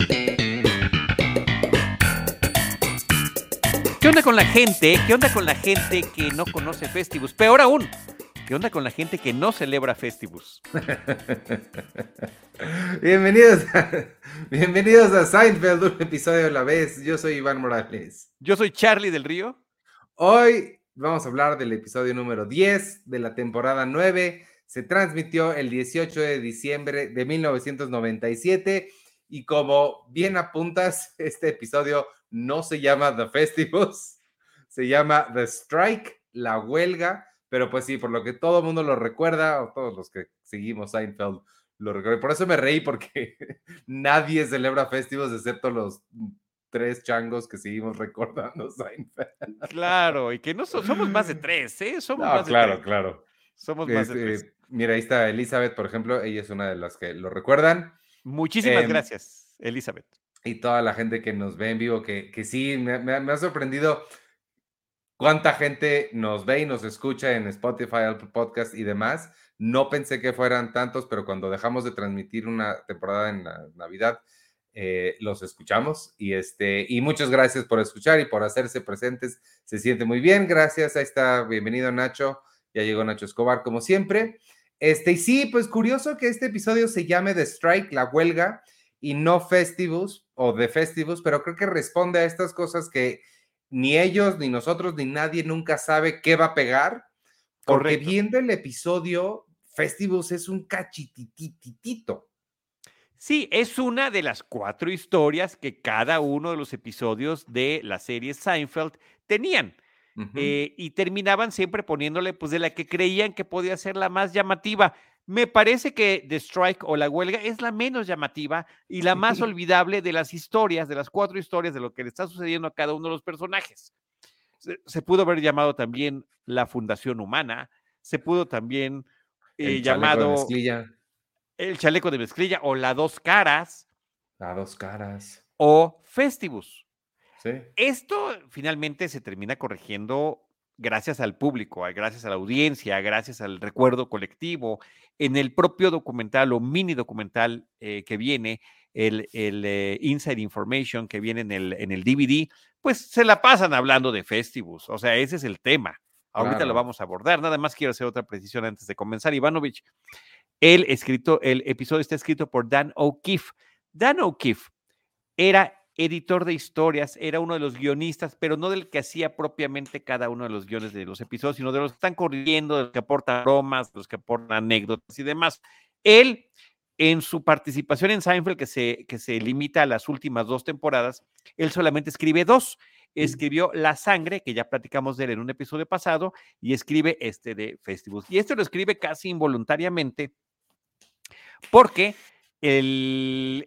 ¿Qué onda con la gente? ¿Qué onda con la gente que no conoce Festivus? Peor aún, ¿qué onda con la gente que no celebra Festivus? Bienvenidos a Seinfeld, un episodio a la vez. Yo soy Iván Morales. Yo soy Charlie del Río. Hoy vamos a hablar del episodio número 10 de la temporada 9. Se transmitió el 18 de diciembre de 1997 y como bien apuntas, este episodio no se llama The Festivus, se llama The Strike, la huelga, pero pues sí, por lo que todo el mundo lo recuerda, o todos los que seguimos Seinfeld lo recuerdan. Por eso me reí, porque nadie celebra Festivus excepto los 3 changos que seguimos recordando Seinfeld. Claro, y que no somos más de 3, ¿eh? Somos No, más de 3. claro. Somos más de 3. Mira, ahí está Elizabeth, por ejemplo, ella es una de las que lo recuerdan. Muchísimas gracias, Elizabeth. Y toda la gente que nos ve en vivo, que sí, me ha sorprendido cuánta gente nos ve y nos escucha en Spotify, Apple Podcast y demás. No pensé que fueran tantos, pero cuando dejamos de transmitir una temporada en la Navidad, los escuchamos. Y muchas gracias por escuchar y por hacerse presentes. Se siente muy bien. Gracias. Ahí está. Bienvenido, Nacho. Ya llegó Nacho Escobar, como siempre. Y sí, pues curioso que este episodio se llame The Strike, la huelga, y no Festivus o The Festivus, pero creo que responde a estas cosas que ni ellos, ni nosotros, ni nadie nunca sabe qué va a pegar, porque Correcto. viendo el episodio, Festivus es un cachitititito. Sí, es una de las 4 historias que cada uno de los episodios de la serie Seinfeld tenían. Y terminaban siempre poniéndole, pues, de la que creían que podía ser la más llamativa. Me parece que The Strike o la huelga es la menos llamativa y la más olvidable de las historias, de las 4 historias de lo que le está sucediendo a cada uno de los personajes. Se pudo haber llamado también La Fundación Humana, se pudo también El chaleco de llamado mezclilla. El Chaleco de Mezclilla o La Dos Caras A 2 caras. o Festivus. Sí. Esto finalmente se termina corrigiendo gracias al público, gracias a la audiencia, gracias al recuerdo colectivo. En el propio documental o mini documental que viene, el Inside Information que viene en el DVD, pues se la pasan hablando de Festivus. O sea, ese es el tema. Ahorita lo Claro. vamos a abordar. Nada más quiero hacer otra precisión antes de comenzar. Ivanovich, el episodio está escrito por Dan O'Keefe. Dan O'Keefe era editor de historias, era uno de los guionistas, pero no del que hacía propiamente cada uno de los guiones de los episodios, sino de los que están corriendo, de los que aportan bromas, de los que aportan anécdotas y demás. Él, en su participación en Seinfeld, que se limita a las últimas 2 temporadas, él solamente escribe 2. Escribió La Sangre, que ya platicamos de él en un episodio pasado, y escribe este de Festivus. Y este lo escribe casi involuntariamente porque él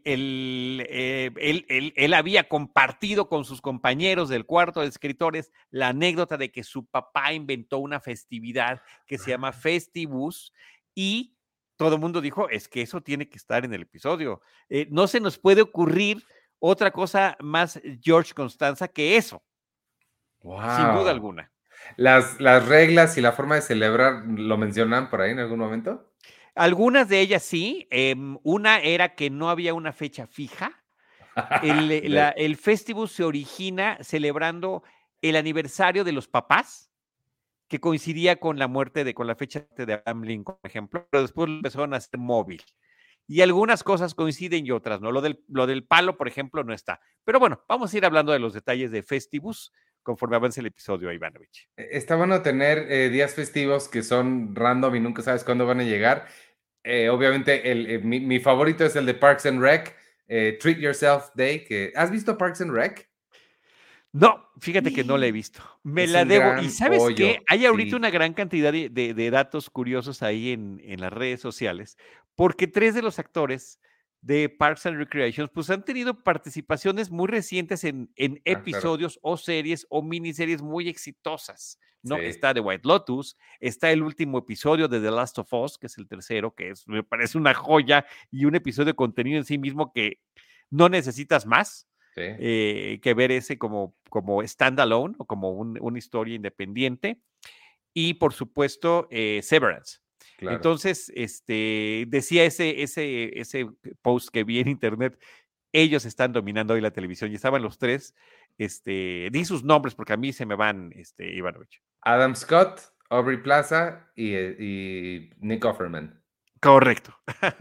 había compartido con sus compañeros del cuarto de escritores la anécdota de que su papá inventó una festividad que se llama Festivus y todo el mundo dijo, es que eso tiene que estar en el episodio. No se nos puede ocurrir otra cosa más George Constanza que eso, sin duda Wow. alguna. Las reglas y la forma de celebrar, ¿lo mencionan por ahí en algún momento? Algunas de ellas sí. Una era que no había una fecha fija. El Festivus se origina celebrando el aniversario de los papás, que coincidía con la muerte con la fecha de Abraham Lincoln, por ejemplo, pero después lo empezaron a hacer móvil. Y algunas cosas coinciden y otras no. Lo del palo, por ejemplo, no está. Pero bueno, vamos a ir hablando de los detalles de Festivus conforme avance el episodio, Ivanovich. Está bueno tener días festivos que son random y nunca sabes cuándo van a llegar. Obviamente, mi favorito es el de Parks and Rec, Treat Yourself Day. ¿Has visto Parks and Rec? No, fíjate que no la he visto. Me Es la un debo. ¿Y gran sabes qué? bollo, Hay ahorita sí. una gran cantidad de datos curiosos ahí en las redes sociales, porque 3 de los actores de Parks and Recreations, pues, han tenido participaciones muy recientes en Ah, claro. episodios, o series, o miniseries muy exitosas, ¿no? Sí. Está The White Lotus, está el último episodio de The Last of Us, que es el tercero, me parece una joya y un episodio de contenido en sí mismo que no necesitas más. Sí. Que ver ese como standalone o como una historia independiente. Y por supuesto, Severance. Claro. Entonces, decía ese post que vi en internet, ellos están dominando hoy la televisión y estaban los tres, di sus nombres porque a mí se me van, Ivanovich. Adam Scott, Aubrey Plaza y Nick Offerman. Correcto.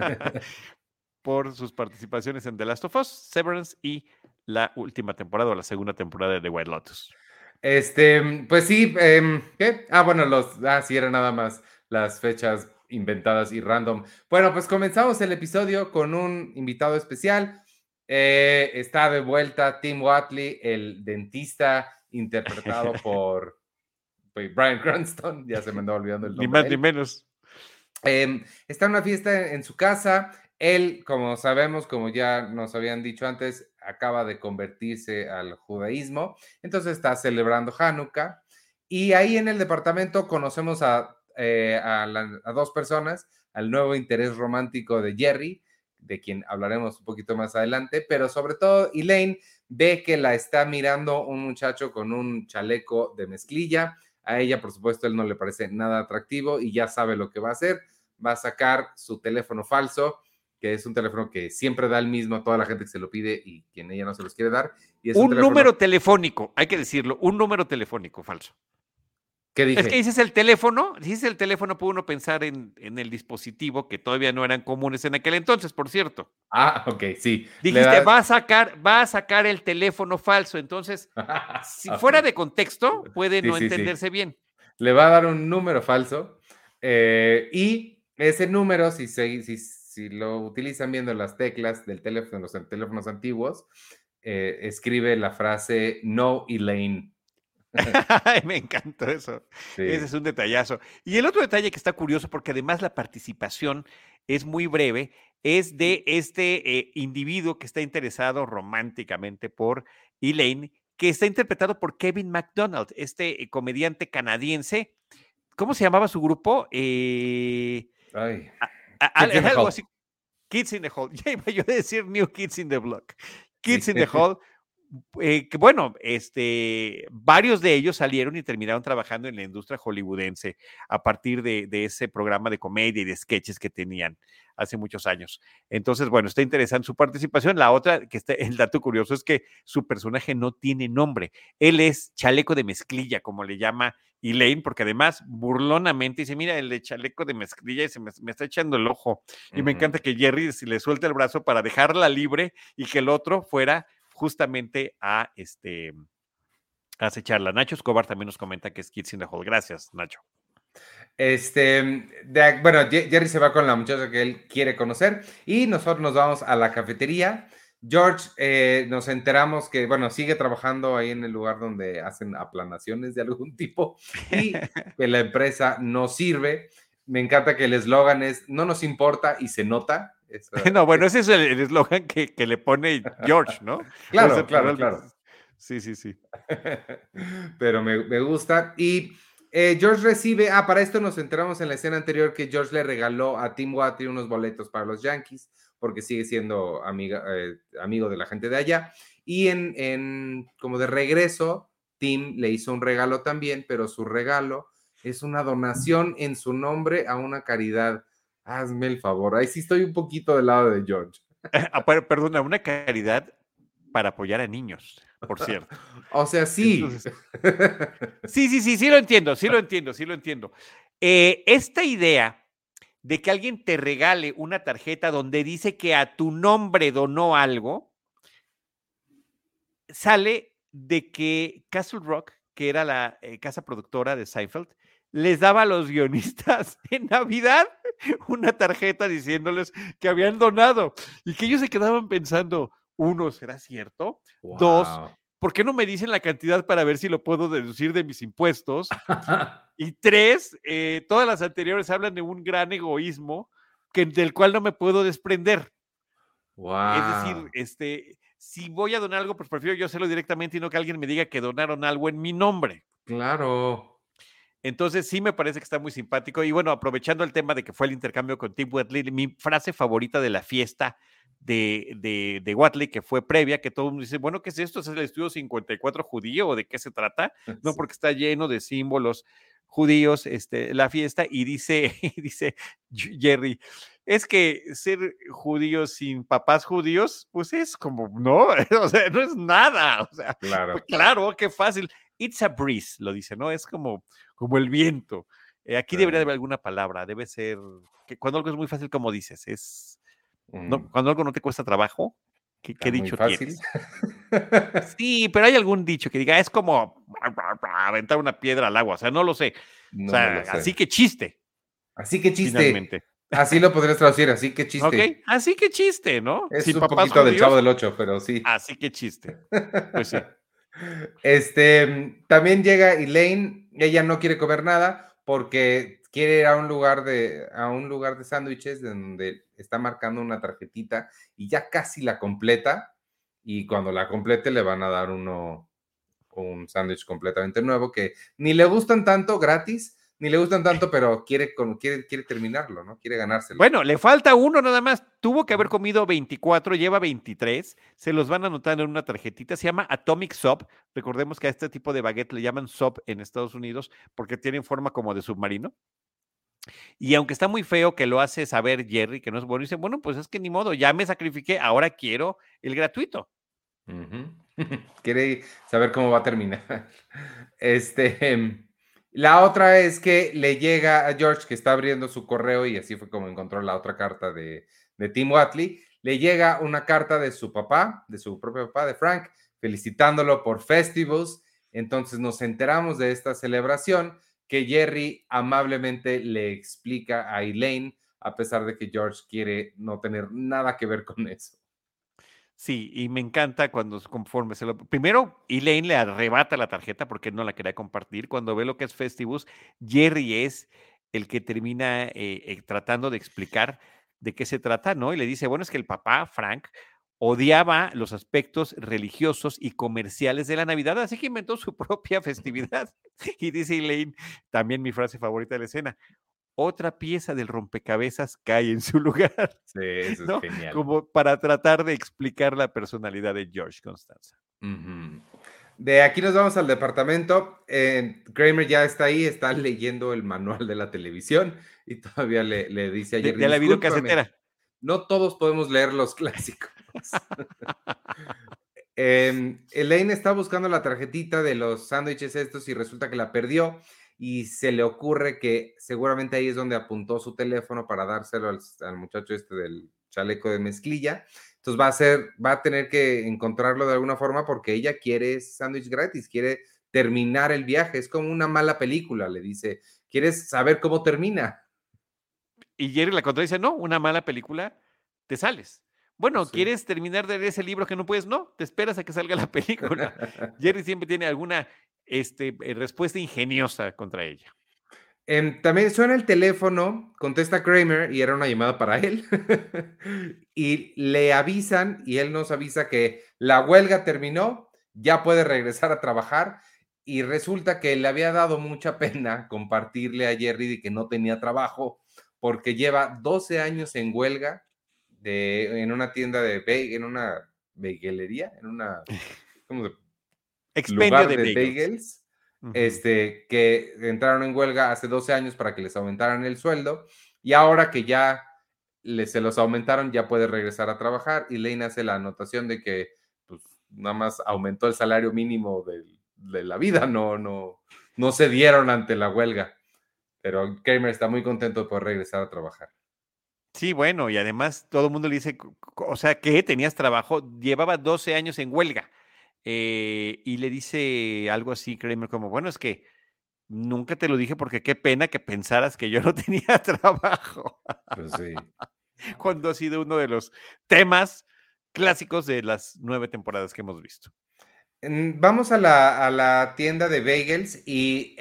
Por sus participaciones en The Last of Us, Severance y la última temporada o la segunda temporada de The White Lotus. Pues sí, ¿qué? Bueno, sí, eran nada más las fechas inventadas y random. Bueno, pues comenzamos el episodio con un invitado especial. Está de vuelta Tim Whatley, el dentista, interpretado por Bryan Cranston, ya se me andaba olvidando el Ni nombre más de ni él. menos. Está en una fiesta en su casa. Él, como sabemos, como ya nos habían dicho antes, acaba de convertirse al judaísmo, entonces está celebrando Hanukkah. Y ahí en el departamento conocemos a dos personas, al nuevo interés romántico de Jerry, de quien hablaremos un poquito más adelante, pero sobre todo Elaine ve que la está mirando un muchacho con un chaleco de mezclilla. A ella, por supuesto, él no le parece nada atractivo y ya sabe lo que va a hacer. Va a sacar su teléfono falso, que es un teléfono que siempre da el mismo a toda la gente que se lo pide y quien ella no se los quiere dar. Y es un Un teléfono... número telefónico, hay que decirlo, un número telefónico falso. ¿Qué Es que dije? dices el teléfono, puede uno pensar en el dispositivo, que todavía no eran comunes en aquel entonces, por cierto. Ok, sí. Le Dijiste, das... va a sacar el teléfono falso. Entonces, si Ok. fuera de contexto, puede Sí, no sí, sí. entenderse bien. Le va a dar un número falso y ese número, si lo utilizan viendo las teclas del teléfono, los teléfonos antiguos, escribe la frase "No, Elaine". Ay, me encantó eso. Ese es Sí. un detallazo. Y el otro detalle que está curioso, porque además la participación es muy breve, es de este individuo que está interesado románticamente por Elaine, que está interpretado por Kevin McDonald, este comediante canadiense. ¿Cómo se llamaba su grupo? Ay. Kids in the Algo Hall. así. Kids in the Hall. Ya iba yo a decir New Kids in the Block. Kids Sí. in the Hall. Que bueno, varios de ellos salieron y terminaron trabajando en la industria hollywoodense a partir de ese programa de comedia y de sketches que tenían hace muchos años. Entonces, bueno, está interesante su participación. La otra, el dato curioso es que su personaje no tiene nombre. Él es chaleco de mezclilla, como le llama Elaine, porque además burlonamente dice, mira, el de chaleco de mezclilla y me está echando el ojo. Y me encanta que Jerry le suelte el brazo para dejarla libre y que el otro fuera justamente a acecharla. Nacho Escobar también nos comenta que es Kids in the Hall. Gracias, Nacho. Bueno, Jerry se va con la muchacha que él quiere conocer y nosotros nos vamos a la cafetería. George, nos enteramos que, bueno, sigue trabajando ahí en el lugar donde hacen aplanaciones de algún tipo y que la empresa no sirve. Me encanta que el eslogan es "no nos importa" y se nota. No, bueno, ese es el eslogan que le pone George, ¿no? Claro, claro, claro. Sí, sí, sí. Pero me gusta. Y George recibe, para esto nos enteramos en la escena anterior que George le regaló a Tim Whatley unos boletos para los Yankees, porque sigue siendo amigo de la gente de allá. Y como de regreso, Tim le hizo un regalo también, pero su regalo es una donación en su nombre a una caridad. Hazme el favor. Ahí sí estoy un poquito del lado de George. Perdona, una caridad para apoyar a niños, por cierto. O sea, sí. Entonces, sí lo entiendo, sí lo entiendo. Esta idea de que alguien te regale una tarjeta donde dice que a tu nombre donó algo, sale de que Castle Rock, que era la casa productora de Seinfeld, les daba a los guionistas en Navidad una tarjeta diciéndoles que habían donado y que ellos se quedaban pensando, uno, ¿será cierto? Wow. Dos, ¿por qué no me dicen la cantidad para ver si lo puedo deducir de mis impuestos? Y tres, todas las anteriores hablan de un gran egoísmo del cual no me puedo desprender. Wow. Es decir, si voy a donar algo, pues prefiero yo hacerlo directamente y no que alguien me diga que donaron algo en mi nombre. Claro. Entonces sí me parece que está muy simpático. Y bueno, aprovechando el tema de que fue el intercambio con Tim Whatley, mi frase favorita de la fiesta de Whatley, que fue previa, que todo el mundo dice, bueno, ¿qué es esto? ¿Es el estudio 54 judío o de qué se trata? No, Sí. porque está lleno de símbolos judíos, la fiesta, y dice, dice Jerry, es que ser judío sin papás judíos, pues es como, no, o sea, no es nada, o sea, pues Claro. claro, qué fácil. It's a breeze, lo dice, ¿no? Es como el viento. Aquí debería de haber alguna palabra, debe ser, que cuando algo es muy fácil, como dices, no, cuando algo no te cuesta trabajo, Está ¿qué muy dicho fácil. tienes? Sí, pero hay algún dicho que diga, es como aventar una piedra al agua, o sea, no lo sé. O No me sea, lo así sé. que chiste, Así que chiste. finalmente. Así lo podrías traducir, así que ¿Ok? chiste. Así que chiste, ¿no? Es Sin un papás poquito del Chavo judíos, del Ocho, pero sí. así que chiste. Pues sí. También llega Elaine, ella no quiere comer nada porque quiere ir a un lugar de sándwiches donde está marcando una tarjetita y ya casi la completa y cuando la complete le van a dar un sándwich completamente nuevo que ni le gustan tanto gratis, ni le gustan tanto, pero quiere terminarlo, ¿no? Quiere ganárselo. Bueno, le falta uno nada más. Tuvo que haber Ujú. comido 24, lleva 23. Se los van anotando en una tarjetita. Se llama Atomic Sub. Recordemos que a este tipo de baguette le llaman sub en Estados Unidos porque tienen forma como de submarino. Y aunque está muy feo que lo hace saber Jerry, que no es bueno, dice, bueno, pues es que ni modo, ya me sacrifiqué, ahora quiero el gratuito. Ujú. Quiere saber cómo va a terminar. La otra es que le llega a George, que está abriendo su correo, y así fue como encontró la otra carta de Tim Whatley. Le llega una carta de su papá, de su propio papá, de Frank, felicitándolo por Festivals. Entonces nos enteramos de esta celebración que Jerry amablemente le explica a Elaine, a pesar de que George quiere no tener nada que ver con eso. Sí, y me encanta cuando conforme se lo... Primero, Elaine le arrebata la tarjeta porque no la quería compartir. Cuando ve lo que es Festivus, Jerry es el que termina tratando de explicar de qué se trata, ¿no? Y le dice, bueno, es que el papá, Frank, odiaba los aspectos religiosos y comerciales de la Navidad, así que inventó su propia festividad. Y dice Elaine, también mi frase favorita de la escena, otra pieza del rompecabezas cae en su lugar, Sí, eso es ¿no? genial. Como para tratar de explicar la personalidad de George Constanza. Ujú. De aquí nos vamos al departamento. Kramer ya está ahí, está leyendo el manual de la televisión y todavía le dice a Jerry, De la discúlpame, videocasetera. no todos podemos leer los clásicos. Elaine está buscando la tarjetita de los sándwiches estos y resulta que la perdió y se le ocurre que seguramente ahí es donde apuntó su teléfono para dárselo al muchacho este del chaleco de mezclilla. Entonces va a tener que encontrarlo de alguna forma porque ella quiere ese sándwich gratis, quiere terminar el viaje. Es como una mala película, le dice. ¿Quieres saber cómo termina? Y Jerry la contradice, no, una mala película, te sales. Pues Bueno, sí. ¿quieres terminar de leer ese libro que no puedes? No, te esperas a que salga la película. Jerry siempre tiene alguna respuesta ingeniosa contra ella. También suena el teléfono, contesta Kramer y era una llamada para él. Y le avisan y él nos avisa que la huelga terminó, ya puede regresar a trabajar y resulta que le había dado mucha pena compartirle a Jerry de que no tenía trabajo porque lleva 12 años en huelga en una tienda en una bagelería, en una, ¿cómo se Expendio lugar de de bagels. bagels, Ujú. que entraron en huelga hace 12 años para que les aumentaran el sueldo y ahora que ya se los aumentaron, ya puede regresar a trabajar y Lane hace la anotación de que pues, nada más aumentó el salario mínimo de la vida, no se dieron ante la huelga, pero Kramer está muy contento de poder regresar a trabajar. Sí, bueno, y además todo el mundo le dice, o sea, que tenías trabajo, llevaba 12 años en huelga. Y le dice algo así, Kramer, como, bueno, es que nunca te lo dije porque qué pena que pensaras que yo no tenía trabajo, Pues sí. cuando ha sido uno de los temas clásicos de las 9 temporadas que hemos visto. Vamos a la tienda de bagels y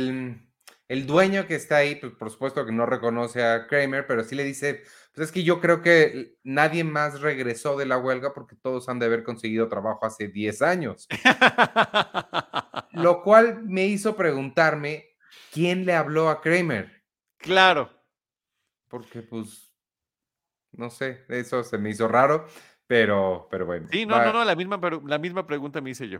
el dueño que está ahí, pues por supuesto que no reconoce a Kramer, pero sí le dice, pues es que yo creo que nadie más regresó de la huelga porque todos han de haber conseguido trabajo hace 10 años. Lo cual me hizo preguntarme, ¿quién le habló a Kramer? Claro. Porque, pues, no sé, eso se me hizo raro, pero bueno, Sí, no, no, va. no, la misma pregunta me hice yo.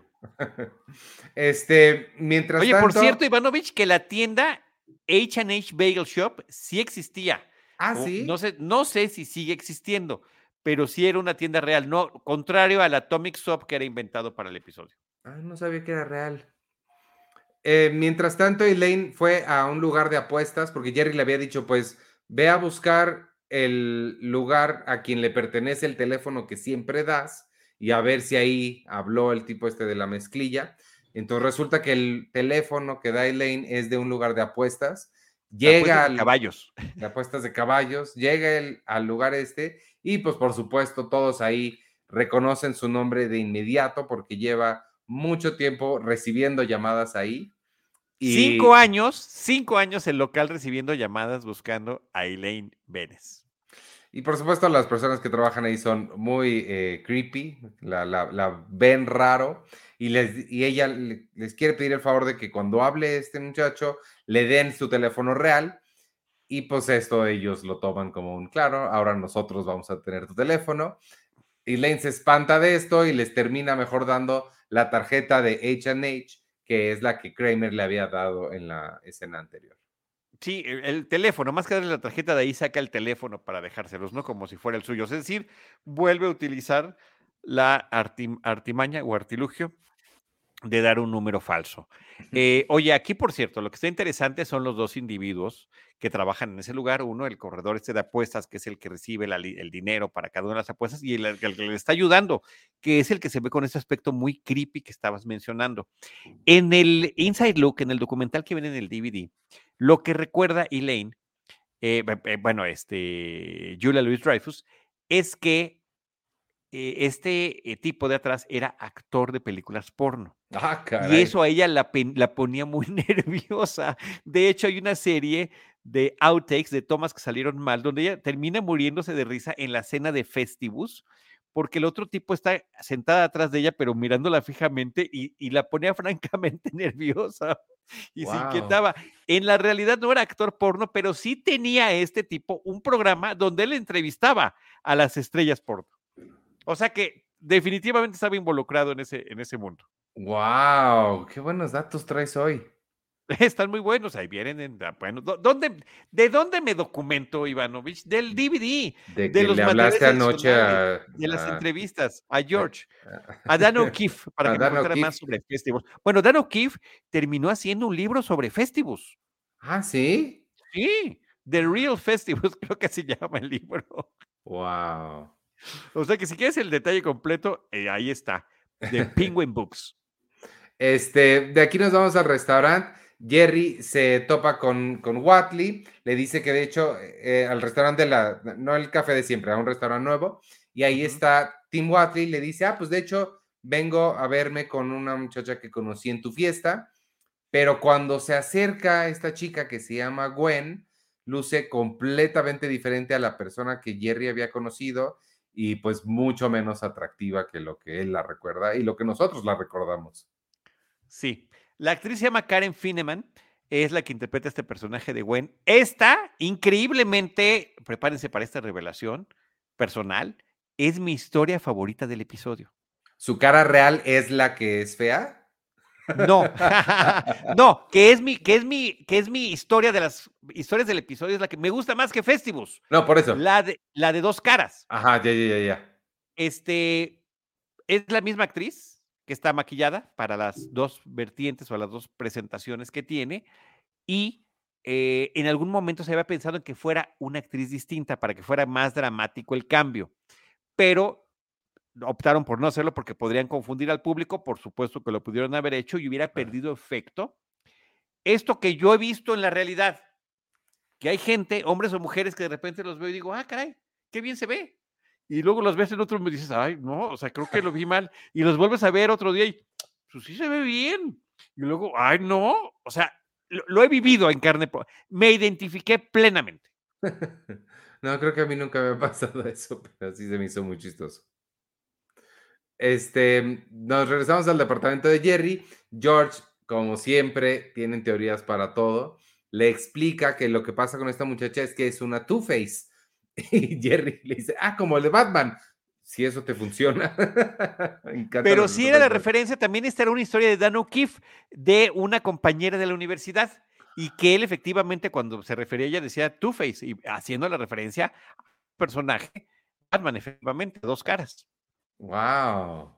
Mientras Oye, por cierto, tanto, Ivanovich, que la tienda H&H Bagel Shop sí existía. O sí. no sé si sigue existiendo, pero sí era una tienda real, no, contrario al Atomic Shop que era inventado para el episodio. No sabía que era real. Mientras tanto, Elaine fue a un lugar de apuestas porque Jerry le había dicho, pues, ve a buscar el lugar a quien le pertenece el teléfono que siempre das y a ver si ahí habló el tipo este de la mezclilla. Entonces resulta que el teléfono que da Elaine es de un lugar de apuestas. Apuestas Llega de al, caballos. de apuestas de caballos, llega él al lugar este y pues por supuesto todos ahí reconocen su nombre de inmediato porque lleva mucho tiempo recibiendo llamadas ahí. Y, 5 años el local recibiendo llamadas buscando a Elaine Benes. y por supuesto las personas que trabajan ahí son muy creepy, la ven raro y ella les quiere pedir el favor de que cuando hable este muchacho le den su teléfono real. Y pues esto ellos lo toman como un claro, ahora nosotros vamos a tener tu teléfono. Elaine se espanta de esto y les termina mejor dando la tarjeta de H&H, que es la que Kramer le había dado en la escena anterior. Sí, el teléfono, más que darle la tarjeta, de ahí saca el teléfono para dejárselos, ¿no? Como si fuera el suyo. Es decir, vuelve a utilizar la artimaña o artilugio de dar un número falso. Oye, aquí, por cierto, lo que está interesante son los dos individuos que trabajan en ese lugar. Uno, el corredor este de apuestas, que es el que recibe el dinero para cada una de las apuestas, y el que le está ayudando, que es el que se ve con ese aspecto muy creepy que estabas mencionando. En el Inside Look, en el documental que viene en el DVD, lo que recuerda Elaine, bueno, Julia Louis-Dreyfus, es que este tipo de atrás era actor de películas porno. Y Caray. eso a ella la ponía muy nerviosa. De hecho, hay una serie de outtakes, de tomas que salieron mal, donde ella termina muriéndose de risa en la cena de Festivus, porque el otro tipo está sentada atrás de ella, pero mirándola fijamente y la ponía francamente nerviosa y se Wow. inquietaba. En la realidad no era actor porno, pero sí tenía este tipo un programa donde él entrevistaba a las estrellas porno. O sea que definitivamente estaba involucrado en ese mundo. Wow, qué buenos datos traes hoy. Están muy buenos, ahí vienen. Bueno, ¿de dónde me documento, Ivanovich? Del DVD, De de que los le materiales hablaste anoche adicionales, de las entrevistas a a- George, a Dan O'Keefe, para a que me Dan contara más O'Keefe. sobre Festivus. Bueno, Dan O'Keefe terminó haciendo un libro sobre Festivus. ¿Sí? Sí, The Real Festivus, creo que se llama el libro. Wow. O sea que si quieres el detalle completo, ahí está, de Penguin Books. De aquí nos vamos al restaurante. Jerry se topa con Watley, le dice que de hecho al restaurante, no el café de siempre, a un restaurante nuevo, y ahí Ujú. está Tim Watley, le dice, pues de hecho vengo a verme con una muchacha que conocí en tu fiesta, pero cuando se acerca esta chica que se llama Gwen, luce completamente diferente a la persona que Jerry había conocido y pues mucho menos atractiva que lo que él la recuerda y lo que nosotros la recordamos. Sí. La actriz se llama Karen Fineman, es la que interpreta este personaje de Gwen. Esta, increíblemente, prepárense para esta revelación personal, es mi historia favorita del episodio. ¿Su cara real es la que es fea? No, no, que es mi historia de las historias del episodio, es la que me gusta más que Festivus, No, por eso. la de dos caras. Ajá, ya. Este, es la misma actriz que está maquillada para las dos vertientes o las dos presentaciones que tiene. Y en algún momento se había pensado en que fuera una actriz distinta para que fuera más dramático el cambio, pero optaron por no hacerlo porque podrían confundir al público, por supuesto que lo pudieron haber hecho y hubiera Ah. perdido efecto. Esto que yo he visto en la realidad, que hay gente, hombres o mujeres, que de repente los veo y digo, caray, qué bien se ve. Y luego los ves en otro y me dices, ay, no, o sea, creo que lo vi mal. Y los vuelves a ver otro día y, pues sí se ve bien. Y luego, ay, no, o sea, lo he vivido en carne. Me identifiqué plenamente. No, creo que a mí nunca me ha pasado eso, pero sí se me hizo muy chistoso. Nos regresamos al departamento de Jerry. George como siempre, tienen teorías para todo. Le explica que lo que pasa con esta muchacha es que es una Two-Face. Y Jerry le dice, como el de Batman. Si eso te funciona. Me encanta la Pero sí era respuesta la de George. referencia, también esta era una historia de Dan O'Keefe, de una compañera de la universidad, y que él efectivamente cuando se refería a ella decía Two-Face, y haciendo la referencia al personaje Batman, efectivamente, dos caras. Wow.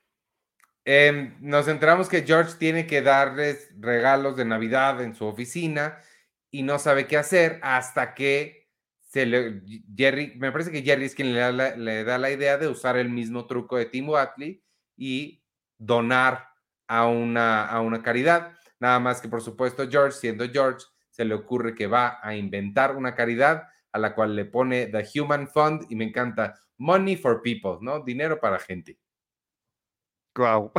Nos enteramos que George tiene que darles regalos de Navidad en su oficina y no sabe qué hacer hasta que Jerry, me parece que Jerry es quien le da la idea de usar el mismo truco de Tim Watley y donar a una caridad. Nada más que, por supuesto, George, siendo George, se le ocurre que va a inventar una caridad a la cual le pone The Human Fund y me encanta, Money for People, ¿no? Dinero para gente. Wow.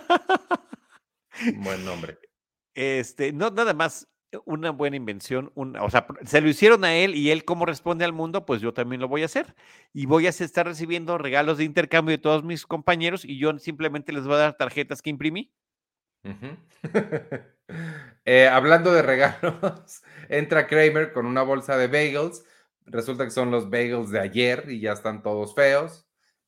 Buen nombre. No, nada más una buena invención, o sea, se lo hicieron a él y él cómo responde al mundo, pues yo también lo voy a hacer. Y voy a estar recibiendo regalos de intercambio de todos mis compañeros y yo simplemente les voy a dar tarjetas que imprimí. Uh-huh. Hablando de regalos, entra Kramer con una bolsa de bagels. Resulta que son los bagels de ayer y ya están todos feos.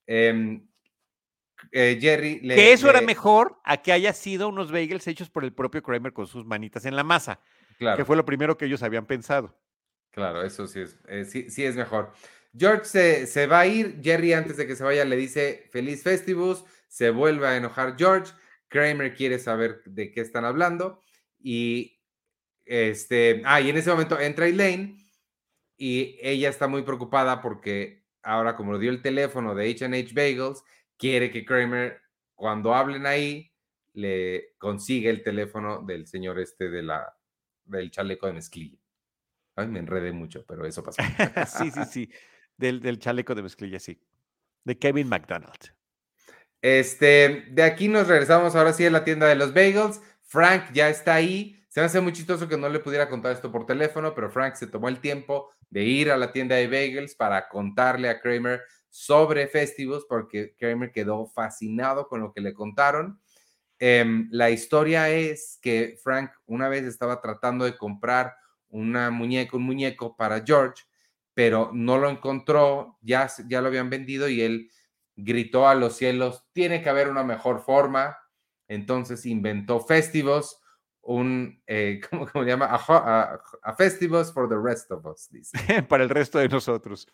Jerry Que eso era mejor a que haya sido unos bagels hechos por el propio Kramer con sus manitas en la masa, que Claro, fue lo primero que ellos habían pensado. claro, eso sí sí es mejor. George se va a ir. Jerry, antes de que se vaya, le dice Feliz Festivus. Se vuelve a enojar George. Kramer quiere saber de qué están hablando. Y y en ese momento entra Elaine y ella está muy preocupada porque ahora, como le dio el teléfono de H&H Bagels, quiere que Kramer, cuando hablen ahí, le consiga el teléfono del señor del chaleco de mezclilla. Ay, me enredé mucho, pero eso pasó. Sí, sí, sí, del chaleco de mezclilla, sí, de Kevin McDonald. De aquí nos regresamos ahora sí a la tienda de los bagels. Frank ya está ahí. Se me hace muy chistoso que no le pudiera contar esto por teléfono, pero Frank se tomó el tiempo de ir a la tienda de bagels para contarle a Kramer sobre Festivus, porque Kramer quedó fascinado con lo que le contaron. La historia es que Frank una vez estaba tratando de comprar un muñeco para George, pero no lo encontró, ya lo habían vendido y él gritó a los cielos, tiene que haber una mejor forma. Entonces inventó Festivus, ¿cómo se llama? A Festivus for the rest of us, dice. Para el resto de nosotros.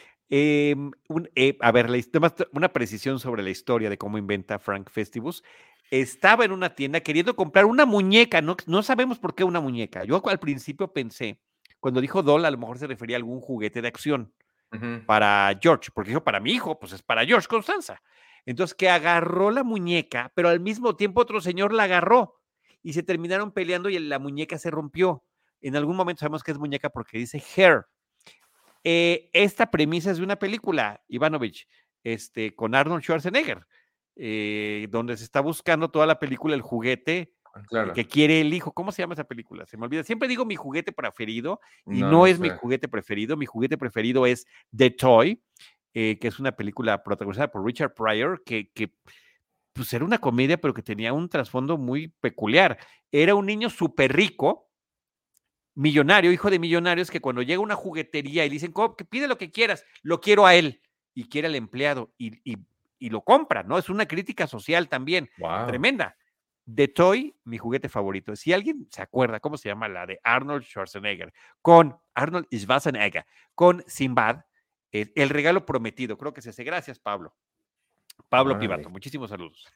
A ver, una precisión sobre la historia de cómo inventa Frank Festivus. Estaba en una tienda queriendo comprar una muñeca, no sabemos por qué una muñeca. Yo al principio pensé, cuando dijo doll, a lo mejor se refería a algún juguete de acción para George, porque dijo, para mi hijo, pues es para George Constanza. Entonces, que agarró la muñeca, pero al mismo tiempo otro señor la agarró y se terminaron peleando y la muñeca se rompió. En algún momento sabemos que es muñeca porque dice hair. Esta premisa es de una película, Ivanovich, con Arnold Schwarzenegger, donde se está buscando toda la película el juguete Claro. que quiere el hijo. ¿Cómo se llama esa película? Se me olvida. Siempre digo mi juguete preferido y No, no no es mi sé. juguete preferido. Mi juguete preferido es The Toy, que es una película protagonizada por Richard Pryor, que pues era una comedia, pero que tenía un trasfondo muy peculiar. Era un niño súper rico, millonario, hijo de millonarios, que cuando llega a una juguetería y le dicen, que pide lo que quieras, lo quiero a él, y quiere al empleado, y lo compra, ¿no? Es una crítica social también, Wow. tremenda. The Toy, mi juguete favorito. Si alguien se acuerda, ¿cómo se llama? La de Arnold Schwarzenegger, con Arnold Schwarzenegger, con Sinbad, El regalo prometido, creo que es ese. Gracias, Pablo. Pablo Pivato, Órale. muchísimos saludos.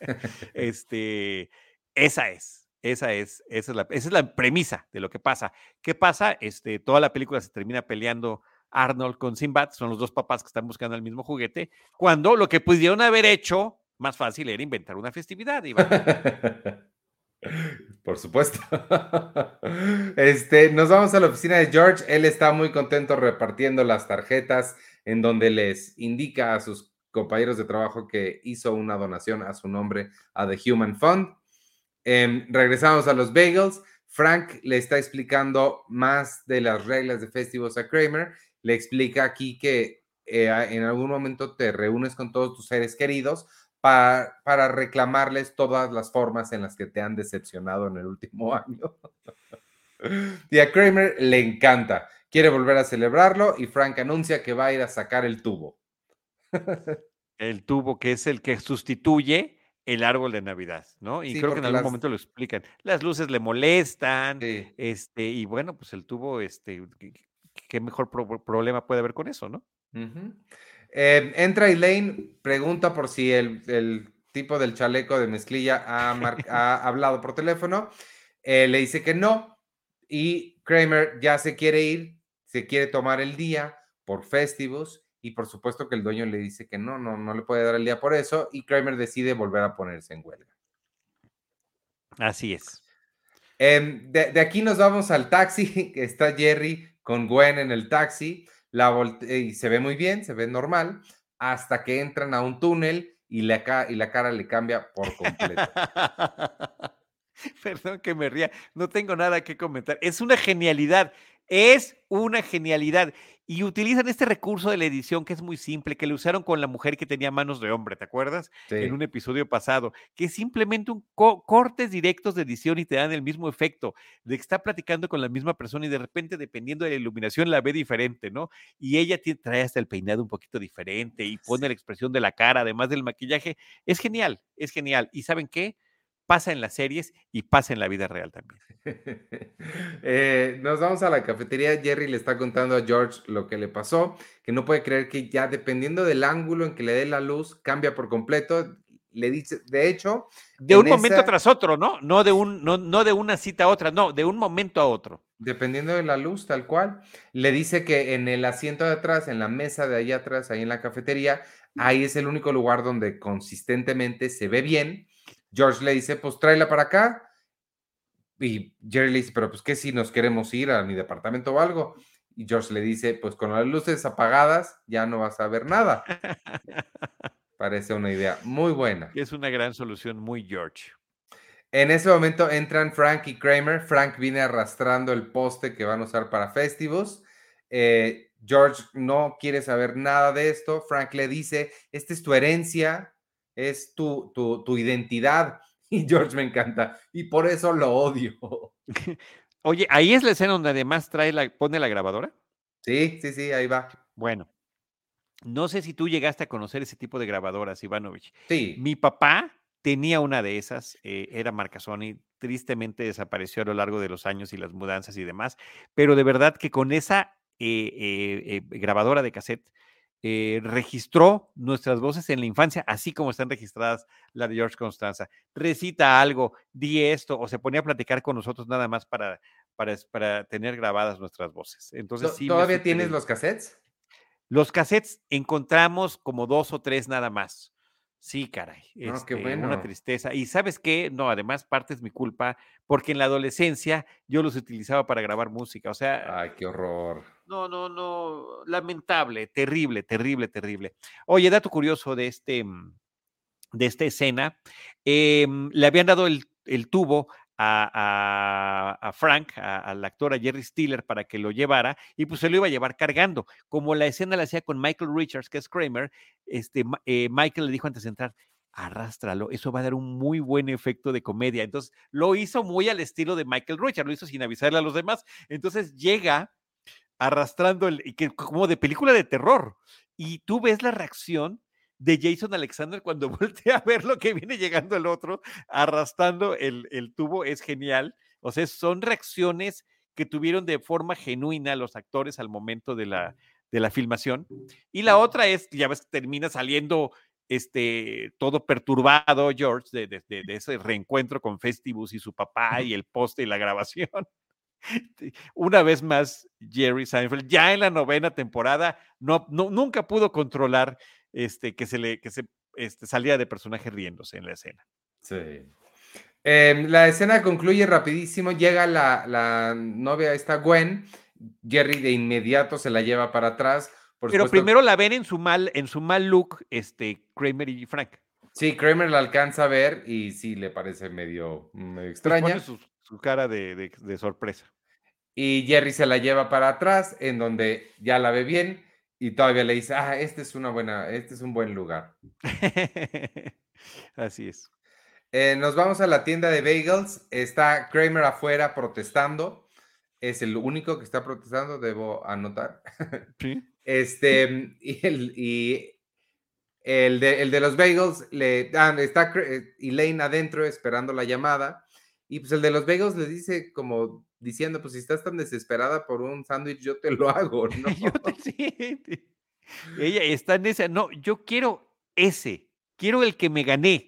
Esa es, esa es la premisa de lo que pasa. ¿Qué pasa? Toda la película se termina peleando Arnold con Sinbad, son los dos papás que están buscando el mismo juguete, cuando lo que pudieron haber hecho más fácil era inventar una festividad, Iván. Por supuesto. Nos vamos a la oficina de George. Él está muy contento repartiendo las tarjetas en donde les indica a sus compañeros de trabajo que hizo una donación a su nombre a The Human Fund. Regresamos a los bagels. Frank le está explicando más de las reglas de Festivus a Kramer. Le explica aquí que en algún momento te reúnes con todos tus seres queridos para reclamarles todas las formas en las que te han decepcionado en el último año. Y a Kramer le encanta. Quiere volver a celebrarlo y Frank anuncia que va a ir a sacar el tubo. El tubo que es el que sustituye el árbol de Navidad, ¿no? Y Sí, creo que en porque algún momento lo explican. Las luces le molestan, sí. y bueno, pues el tubo, ¿qué mejor problema puede haber con eso, no? Uh-huh. Entra Elaine, pregunta por si el tipo del chaleco de mezclilla ha hablado por teléfono. Le dice que no. Y Kramer ya se quiere ir, se quiere tomar el día por Festivus. Y por supuesto que el dueño le dice que no le puede dar el día por eso. Y Kramer decide volver a ponerse en huelga. Así es. De aquí nos vamos al taxi. Está Jerry con Gwen en el taxi. Y se ve muy bien, se ve normal, hasta que entran a un túnel y la cara le cambia por completo. Perdón que me ría, no tengo nada que comentar. Es una genialidad, es una genialidad. Y utilizan este recurso de la edición que es muy simple, que lo usaron con la mujer que tenía manos de hombre, ¿te acuerdas? En un Sí. episodio pasado, que es simplemente cortes directos de edición y te dan el mismo efecto, de que está platicando con la misma persona y de repente, dependiendo de la iluminación, la ve diferente, ¿no? Y ella trae hasta el peinado un poquito diferente y pone la expresión de la cara, además del maquillaje. Es genial, es genial. ¿Y saben qué? Pasa en las series y pasa en la vida real también. Nos vamos a la cafetería. Jerry le está contando a George lo que le pasó, que no puede creer que ya dependiendo del ángulo en que le dé la luz, cambia por completo. Le dice, de hecho, De un en momento esa, tras otro, ¿no? No de una cita a otra, no, de un momento a otro. dependiendo de la luz, tal cual, le dice que en el asiento de atrás, en la mesa de allá atrás, ahí en la cafetería, ahí es el único lugar donde consistentemente se ve bien. George le dice, pues tráela para acá. Y Jerry le dice, pero pues qué si nos queremos ir a mi departamento o algo. Y George le dice, pues con las luces apagadas ya no vas a ver nada. Parece una idea muy buena. Es una gran solución, muy George. En ese momento entran Frank y Kramer. Frank viene arrastrando el poste que van a usar para Festivus. George no quiere saber nada de esto. Frank le dice, esta es tu herencia, es tu identidad. Y George me encanta. Y por eso lo odio. Oye, ahí es la escena donde además pone la grabadora. Sí, ahí va. Bueno, no sé si tú llegaste a conocer ese tipo de grabadoras, Ivanovich. Sí. Mi papá tenía una de esas, era marca Sony, tristemente desapareció a lo largo de los años y las mudanzas y demás, pero de verdad que con esa grabadora de cassette registró nuestras voces en la infancia, así como están registradas la de George Constanza. Recita algo, di esto, o se ponía a platicar con nosotros nada más para tener grabadas nuestras voces. Entonces sí me ¿Todavía supe tienes de los cassettes? los cassettes. Encontramos como 2 o 3 nada más. Sí, caray, No, qué una bueno. tristeza. ¿Y sabes qué? No, además, parte es mi culpa, porque en la adolescencia yo los utilizaba para grabar música. O sea, Ay, qué horror. no, lamentable, terrible, terrible, terrible. Oye, dato curioso de esta escena, le habían dado el tubo a Frank, al actor, a Jerry Stiller, para que lo llevara, y pues se lo iba a llevar cargando. Como la escena la hacía con Michael Richards, que es Kramer, Michael le dijo antes de entrar, arrástralo, eso va a dar un muy buen efecto de comedia. Entonces lo hizo muy al estilo de Michael Richards, lo hizo sin avisarle a los demás. Entonces llega arrastrando y que como de película de terror. Y tú ves la reacción de Jason Alexander cuando voltea a ver lo que viene llegando el otro, arrastrando el tubo, es genial. O sea, son reacciones que tuvieron de forma genuina los actores al momento de la filmación. Y la otra es, ya ves, termina saliendo todo perturbado George de ese reencuentro con Festivus y su papá y el poste y la grabación. Una vez más, Jerry Seinfeld, ya en la 9ª temporada, nunca pudo controlar que salía de personaje riéndose en la escena. Sí. La escena concluye rapidísimo. Llega la novia, esta Gwen. Jerry de inmediato se la lleva para atrás. Por Pero supuesto, primero la ven en su mal look, Kramer y Frank. sí, Kramer la alcanza a ver y sí le parece medio Pues pone extraña. su cara de sorpresa. Y Jerry se la lleva para atrás, en donde ya la ve bien y todavía le dice, este es un buen lugar. Así es. Nos vamos a la tienda de bagels. Está Kramer afuera protestando. Es el único que está protestando, debo anotar. Sí. Y el de los bagels, está Elaine adentro esperando la llamada. Y pues el de los bagels le dice como diciendo, pues si estás tan desesperada por un sándwich, yo te lo hago, ¿no? Sí. Ella está en esa, no, yo quiero ese, quiero el que me gané.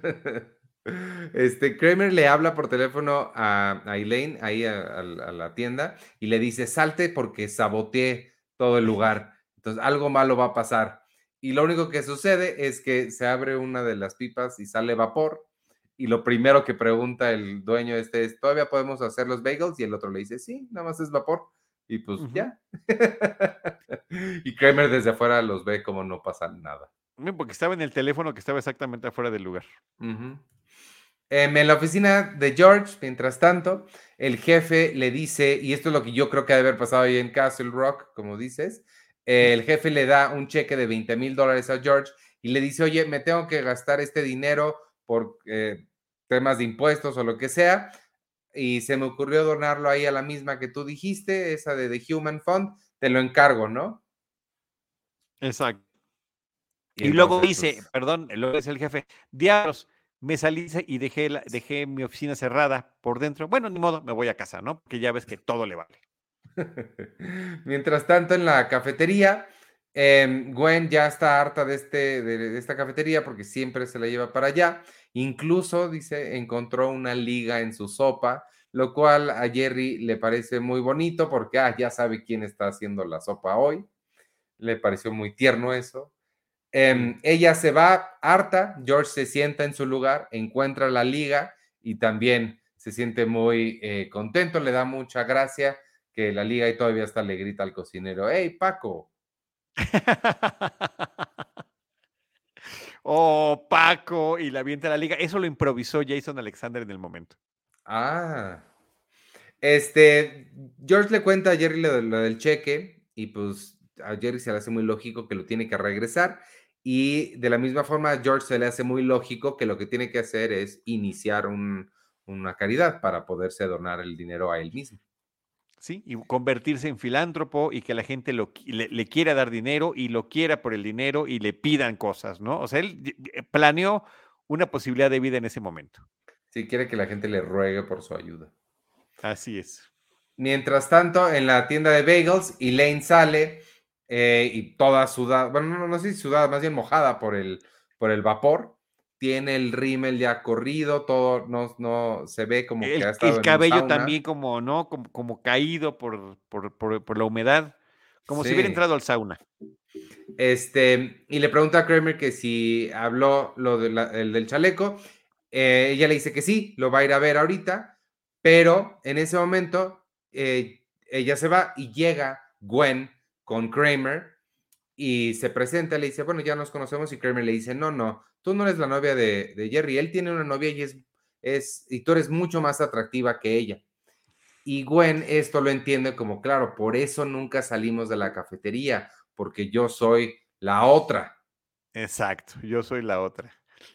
Kramer le habla por teléfono a Elaine, ahí a la tienda, y le dice, salte porque saboteé todo el lugar. Entonces, algo malo va a pasar. Y lo único que sucede es que se abre una de las pipas y sale vapor. Y lo primero que pregunta el dueño es, ¿todavía podemos hacer los bagels? Y el otro le dice, sí, nada más es vapor. Y pues Ujú. ya. Y Kramer desde afuera los ve como no pasa nada. Porque estaba en el teléfono que estaba exactamente afuera del lugar. Ujú. En la oficina de George, mientras tanto, el jefe le dice, y esto es lo que yo creo que ha de haber pasado ahí en Castle Rock, como dices, el jefe le da un cheque de $20,000 a George y le dice, oye, me tengo que gastar este dinero por temas de impuestos o lo que sea, y se me ocurrió donarlo ahí a la misma que tú dijiste, esa de The Human Fund, te lo encargo, ¿no? Exacto. Y Y luego entonces, dice, pues, perdón, luego dice el jefe, diablos, me salí y dejé mi oficina cerrada por dentro. Bueno, ni modo, me voy a casa, ¿no? Porque ya ves que todo le vale. mientras tanto, en la cafetería, Gwen ya está harta de esta cafetería porque siempre se la lleva para allá. Incluso, dice, encontró una liga en su sopa, lo cual a Jerry le parece muy bonito porque ya sabe quién está haciendo la sopa hoy. Le pareció muy tierno eso. Sí. Ella se va harta, George se sienta en su lugar, encuentra la liga y también se siente muy contento, le da mucha gracia que la liga y todavía hasta le grita al cocinero, hey Paco. Oh, Paco, y la avienta a la liga. Eso lo improvisó Jason Alexander en el momento. Ah, George le cuenta a Jerry lo del cheque y pues a Jerry se le hace muy lógico que lo tiene que regresar y de la misma forma a George se le hace muy lógico que lo que tiene que hacer es iniciar una caridad para poderse donar el dinero a él mismo. Sí, y convertirse en filántropo y que la gente le quiera dar dinero y lo quiera por el dinero y le pidan cosas, ¿no? O sea, él planeó una posibilidad de vida en ese momento. Si quiere que la gente le ruegue por su ayuda. Así es. Mientras tanto, en la tienda de bagels, Elaine sale y toda sudada, bueno, no sé si sudada, más bien mojada por el vapor. Tiene el rímel ya corrido, todo no se ve como que ha El estado en un cabello sauna. también como, ¿no? Como caído por la humedad, como si hubiera Sí. entrado al sauna. Y le pregunta a Kramer que si habló el del chaleco. Ella le dice que sí, lo va a ir a ver ahorita, pero en ese momento ella se va y llega Gwen con Kramer y se presenta, le dice, bueno, ya nos conocemos y Kramer le dice, no, no, tú no eres la novia de Jerry, él tiene una novia y y tú eres mucho más atractiva que ella. Y Gwen esto lo entiende como, claro, por eso nunca salimos de la cafetería, porque yo soy la otra. Exacto, yo soy la otra.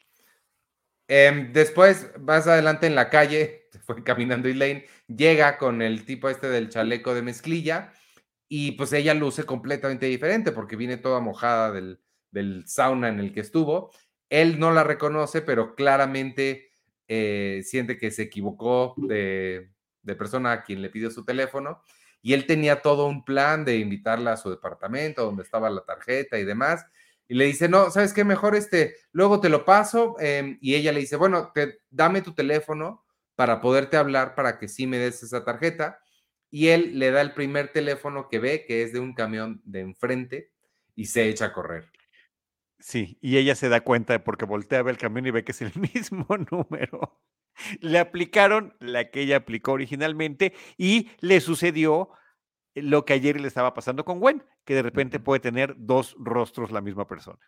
Después, más adelante en la calle, se fue caminando Elaine, llega con el tipo este del chaleco de mezclilla y pues ella luce completamente diferente porque viene toda mojada del sauna en el que estuvo. Él no la reconoce, pero claramente siente que se equivocó de persona a quien le pidió su teléfono y él tenía todo un plan de invitarla a su departamento donde estaba la tarjeta y demás. Y le dice, no, ¿sabes qué? Mejor luego te lo paso. Y ella le dice, bueno, dame tu teléfono para poderte hablar para que sí me des esa tarjeta. Y él le da el primer teléfono que ve, que es de un camión de enfrente, y se echa a correr. Sí, y ella se da cuenta porque voltea a ver el camión y ve que es el mismo número. Le aplicaron la que ella aplicó originalmente y le sucedió lo que ayer le estaba pasando con Gwen, que de repente Ujú. puede tener dos rostros la misma persona.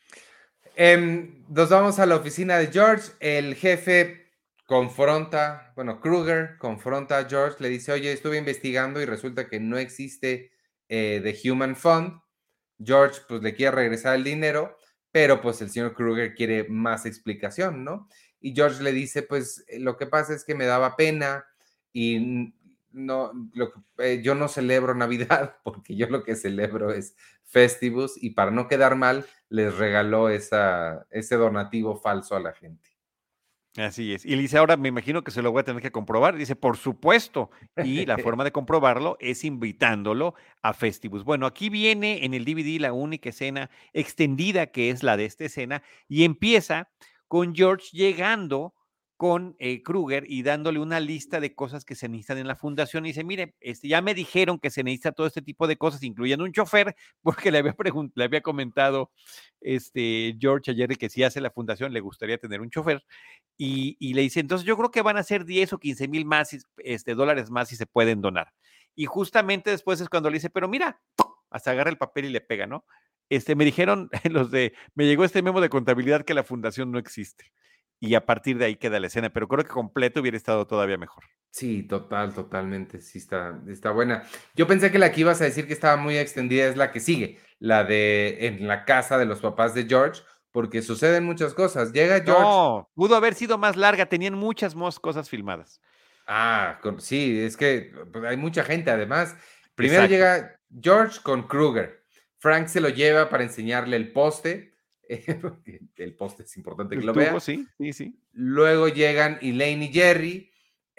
Nos vamos a la oficina de George. El jefe confronta, bueno, Kruger confronta a George, le dice, oye, estuve investigando y resulta que no existe The Human Fund. George pues le quiere regresar el dinero, pero pues el señor Kruger quiere más explicación, ¿no? Y George le dice, pues lo que pasa es que me daba pena y no, yo no celebro Navidad porque yo lo que celebro es Festivus y para no quedar mal les regaló ese donativo falso a la gente. Así es. Y le dice, ahora me imagino que se lo voy a tener que comprobar. Dice, por supuesto. Y la forma de comprobarlo es invitándolo a Festivus. Bueno, aquí viene en el DVD la única escena extendida que es la de esta escena y empieza con George llegando con Kruger y dándole una lista de cosas que se necesitan en la fundación y dice, mire, ya me dijeron que se necesita todo este tipo de cosas, incluyendo un chofer, porque le había comentado George ayer que si hace la fundación le gustaría tener un chofer y le dice, entonces yo creo que van a ser 10 o 15 mil más, dólares más si se pueden donar. Y justamente después es cuando le dice, pero mira, hasta agarra el papel y le pega, ¿no? Me dijeron me llegó este memo de contabilidad que la fundación no existe. Y a partir de ahí queda la escena, pero creo que completo hubiera estado todavía mejor. Sí, totalmente, sí está buena. Yo pensé que la que ibas a decir que estaba muy extendida es la que sigue, la de en la casa de los papás de George, porque suceden muchas cosas. Llega George. No, pudo haber sido más larga, tenían muchas más cosas filmadas. Sí, es que pues, hay mucha gente además. Primero Exacto. llega George con Kruger. Frank se lo lleva para enseñarle el poste. Porque el poste es importante que El lo tubo, vea. sí, sí, sí. Luego llegan Elaine y Jerry.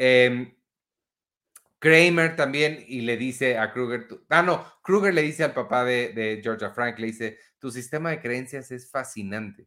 Kramer también y le dice a Kruger, no, Kruger le dice al papá de George, a Frank, le dice, tu sistema de creencias es fascinante.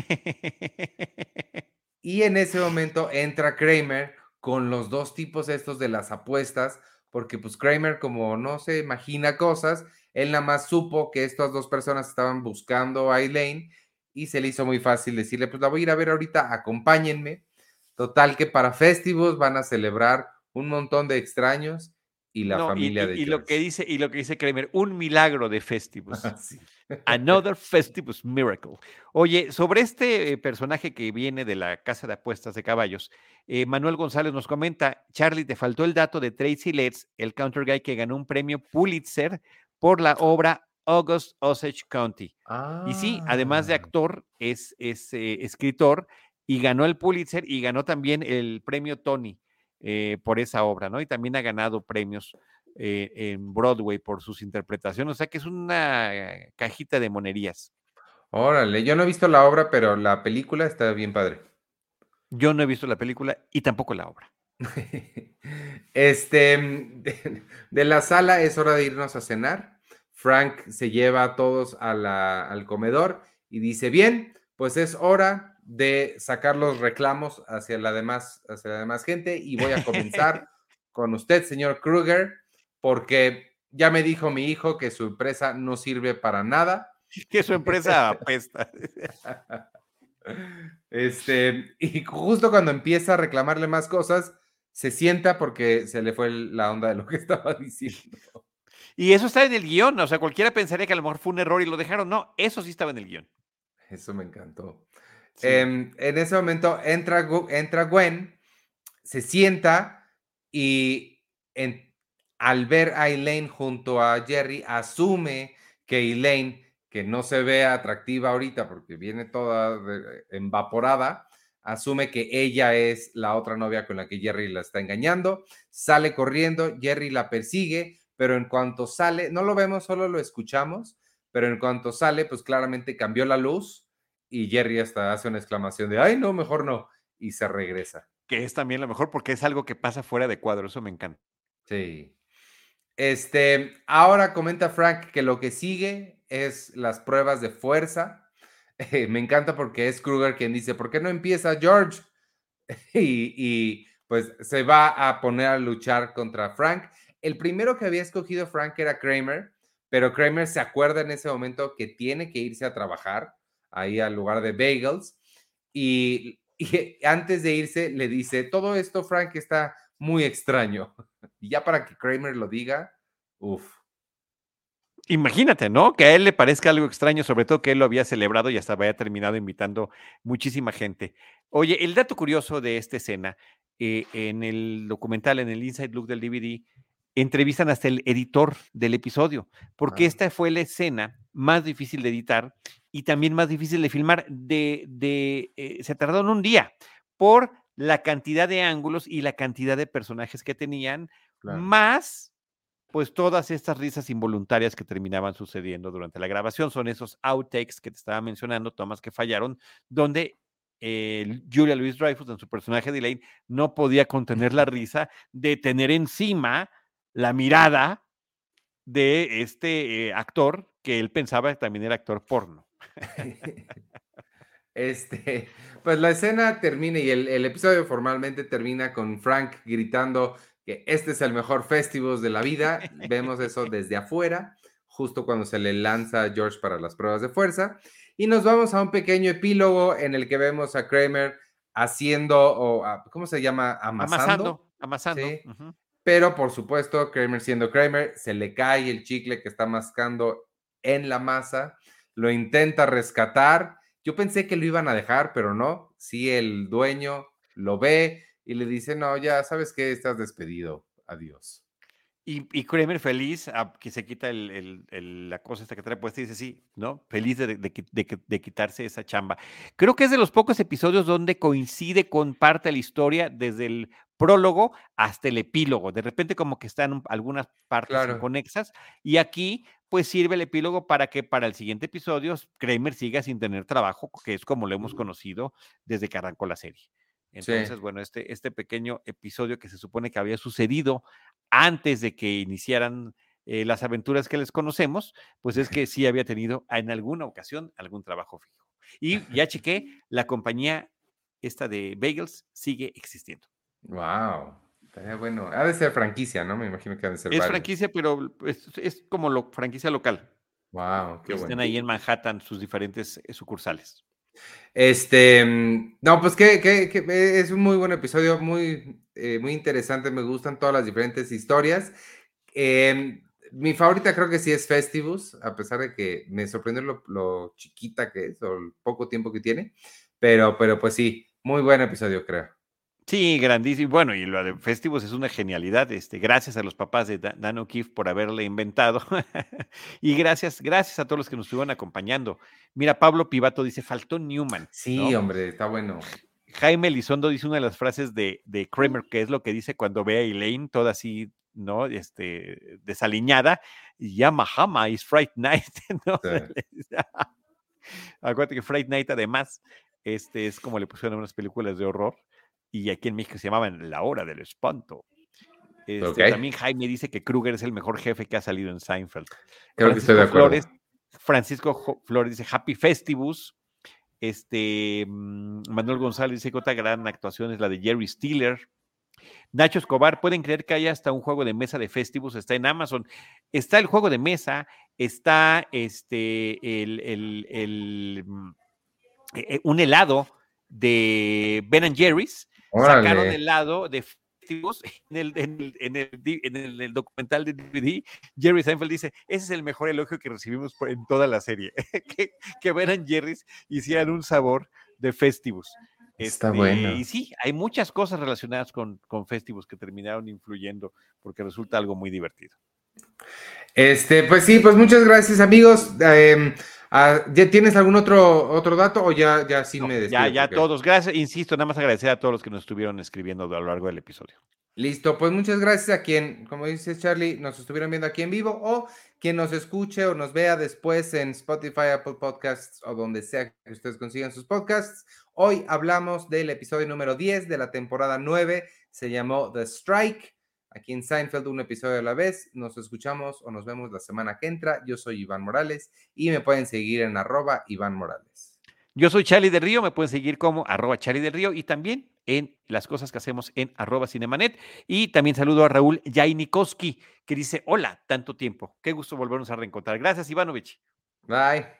Y en ese momento entra Kramer con los dos tipos estos de las apuestas, porque pues Kramer como no se imagina cosas, él nada más supo que estas dos personas estaban buscando a Elaine y se le hizo muy fácil decirle, pues la voy a ir a ver ahorita, acompáñenme. Total que para Festivus van a celebrar un montón de extraños y la No, familia de George. y lo que dice Kramer, un milagro de Festivus. Sí. Another Festivus Miracle. Oye, sobre este personaje que viene de la casa de apuestas de caballos, Manuel González nos comenta, Charlie, te faltó el dato de Tracy Letts, el counter guy que ganó un premio Pulitzer por la obra August Osage County. Y sí, además de Ah, actor, es escritor y ganó el Pulitzer y ganó también el premio Tony por esa obra, ¿no? Y también ha ganado premios en Broadway por sus interpretaciones, o sea que es una cajita de monerías. órale, yo no he visto la obra, pero la película está bien padre. Yo no he visto la película y tampoco la obra. De la sala es hora de irnos a cenar. Frank se lleva a todos al comedor y dice, bien, pues es hora de sacar los reclamos hacia la demás gente y voy a comenzar con usted, señor Kruger, porque ya me dijo mi hijo que su empresa no sirve para nada. Que su empresa apesta. Y justo cuando empieza a reclamarle más cosas, se sienta porque se le fue la onda de lo que estaba diciendo. Y eso está en el guión, o sea, cualquiera pensaría que a lo mejor fue un error y lo dejaron. No, eso sí estaba en el guión. Eso me encantó. Sí. En ese momento entra Gwen, se sienta y al ver a Elaine junto a Jerry, asume que Elaine, que no se ve atractiva ahorita porque viene toda evaporada, asume que ella es la otra novia con la que Jerry la está engañando, sale corriendo, Jerry la persigue, pero en cuanto sale, no lo vemos, solo lo escuchamos, pero en cuanto sale, pues claramente cambió la luz y Jerry hasta hace una exclamación de, ay, no, mejor no, y se regresa. Que es también lo mejor porque es algo que pasa fuera de cuadro, eso me encanta. Sí. Ahora comenta Frank que lo que sigue es las pruebas de fuerza. Me encanta porque es Kruger quien dice, ¿por qué no empieza George? Pues se va a poner a luchar contra Frank. El primero que había escogido Frank era Kramer, pero Kramer se acuerda en ese momento que tiene que irse a trabajar ahí al lugar de Bagels y antes de irse le dice, todo esto Frank está muy extraño. Y ya para que Kramer lo diga, uff. Imagínate, ¿no? Que a él le parezca algo extraño, sobre todo que él lo había celebrado y hasta había terminado invitando muchísima gente. Oye, el dato curioso de esta escena, en el documental, en el Inside Look del DVD, entrevistan hasta el editor del episodio, porque Ah, esta fue la escena más difícil de editar y también más difícil de filmar. Se tardaron un día por la cantidad de ángulos y la cantidad de personajes que tenían, Claro. más pues todas estas risas involuntarias que terminaban sucediendo durante la grabación. Son esos outtakes que te estaba mencionando, tomas que fallaron, donde Julia Louis-Dreyfus, en su personaje de Elaine, no podía contener la risa de tener encima la mirada de este actor que él pensaba que también era actor porno. Pues la escena termina y el episodio formalmente termina con Frank gritando que este es el mejor Festivus de la vida. Vemos eso desde afuera, justo cuando se le lanza a George para las pruebas de fuerza. Y nos vamos a un pequeño epílogo en el que vemos a Kramer haciendo, ¿cómo se llama? Amasando. Amasando. Sí. Uh-huh. Pero por supuesto, Kramer siendo Kramer, se le cae el chicle que está mascando en la masa, lo intenta rescatar. Yo pensé que lo iban a dejar, pero no. Sí, el dueño lo ve y le dice, no, ya sabes que estás despedido, adiós. Y Kramer feliz, que se quita la cosa esta que trae puesta y dice sí, ¿no? Feliz de quitarse esa chamba. Creo que es de los pocos episodios donde coincide con parte de la historia, desde el prólogo hasta el epílogo. De repente como que están algunas partes Claro. inconexas, y aquí pues sirve el epílogo para que para el siguiente episodio Kramer siga sin tener trabajo, que es como lo hemos conocido desde que arrancó la serie. Entonces, Sí. bueno, este pequeño episodio que se supone que había sucedido antes de que iniciaran las aventuras que les conocemos, pues es que sí había tenido en alguna ocasión algún trabajo fijo. Y ya chequé, la compañía esta de bagels sigue existiendo. Wow. Estaría bueno. Ha de ser franquicia, ¿no? Me imagino que ha de ser Es varios. franquicia, pero es como franquicia local. Wow, qué Están bueno. ahí en Manhattan sus diferentes sucursales. No, pues que es un muy buen episodio, muy interesante, me gustan todas las diferentes historias. Mi favorita creo que sí es Festivus, a pesar de que me sorprendió lo chiquita que es o el poco tiempo que tiene, pero pues sí, muy buen episodio creo. Sí, grandísimo. Bueno, y lo de Festivus es una genialidad. Gracias a los papás de Dan O'Keefe por haberle inventado. Y gracias a todos los que nos estuvieron acompañando. Mira, Pablo Pivato dice, faltó Newman, Sí, ¿no? hombre, está bueno. Jaime Elizondo dice una de las frases de Kramer, que es lo que dice cuando ve a Elaine, toda así, ¿no? Desaliñada, y llama Hama, is Fright Night, ¿no? Sí. Acuérdate que Fright Night, además, es como le pusieron en unas películas de horror, y aquí en México se llamaban La Hora del Espanto. Ok, También Jaime dice que Kruger es el mejor jefe que ha salido en Seinfeld. creo que estoy de acuerdo. Francisco Flores dice Happy Festivus. Manuel González dice que otra gran actuación es la de Jerry Stiller. Nacho Escobar, ¿pueden creer que haya hasta un juego de mesa de Festivus? Está en Amazon. Está el juego de mesa, está un helado de Ben Jerry's. Sacaron Órale. helado de Festivus en el documental de DVD. Jerry Seinfeld dice, ese es el mejor elogio que recibimos en toda la serie, que Ben Jerry's hicieran un sabor de Festivus. Está bueno. Y sí, hay muchas cosas relacionadas con Festivus que terminaron influyendo porque resulta algo muy divertido. Pues sí, pues muchas gracias, amigos. ¿Ya tienes algún otro dato o ya sí No, me despido? ya todos, gracias, insisto, nada más agradecer a todos los que nos estuvieron escribiendo a lo largo del episodio. Listo, pues muchas gracias a quien, como dices Charlie, nos estuvieron viendo aquí en vivo o quien nos escuche o nos vea después en Spotify, Apple Podcasts o donde sea que ustedes consigan sus podcasts. Hoy hablamos del episodio número 10 de la temporada 9, se llamó The Strike. Aquí en Seinfeld, un episodio a la vez. Nos escuchamos o nos vemos la semana que entra. Yo soy Iván Morales y me pueden seguir en @Iván Morales. Yo soy Charlie del Río, me pueden seguir como @Charlie del Río y también en las cosas que hacemos en @Cinemanet. Y también saludo a Raúl Jainikowski, que dice, hola, tanto tiempo. Qué gusto volvernos a reencontrar. Gracias, Ivanovich. Bye.